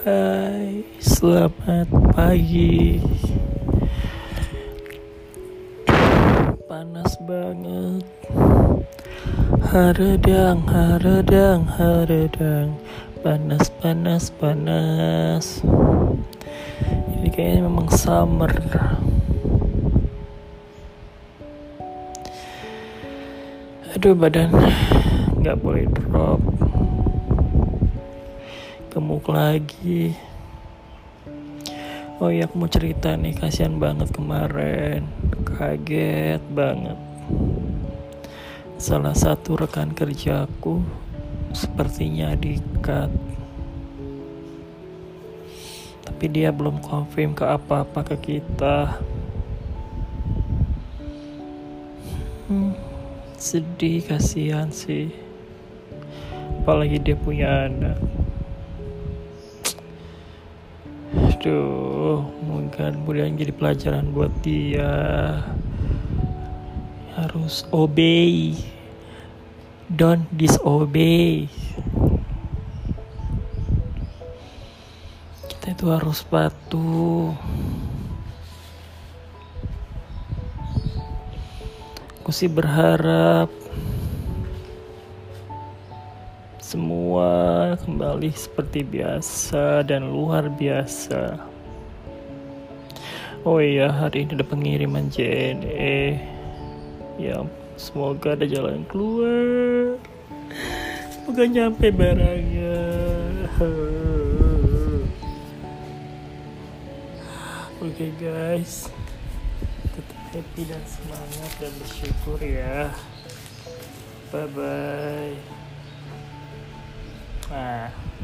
Hai, selamat pagi. Panas banget. Haredang, haredang, haredang. Panas, panas, panas. Ini kayaknya memang summer. Aduh, badan nggak boleh drop. Gemuk lagi. Oh iya, aku mau cerita nih, kasihan banget kemarin. Kaget banget. Salah satu rekan kerjaku sepertinya di-cut. Tapi dia belum confirm ke apa-apa ke kita. Sedih, kasihan sih. Apalagi dia punya anak. Aduh, mudah-mudahan jadi pelajaran buat dia. Harus obey, don't disobey. Kita itu harus patuh. Aku sih berharap semua kembali seperti biasa dan luar biasa. Oh iya, hari ini ada pengiriman JNE. Ya, semoga ada jalan keluar. Semoga nyampe barangnya. Oke guys, tetap happy dan semangat dan bersyukur ya. Bye bye.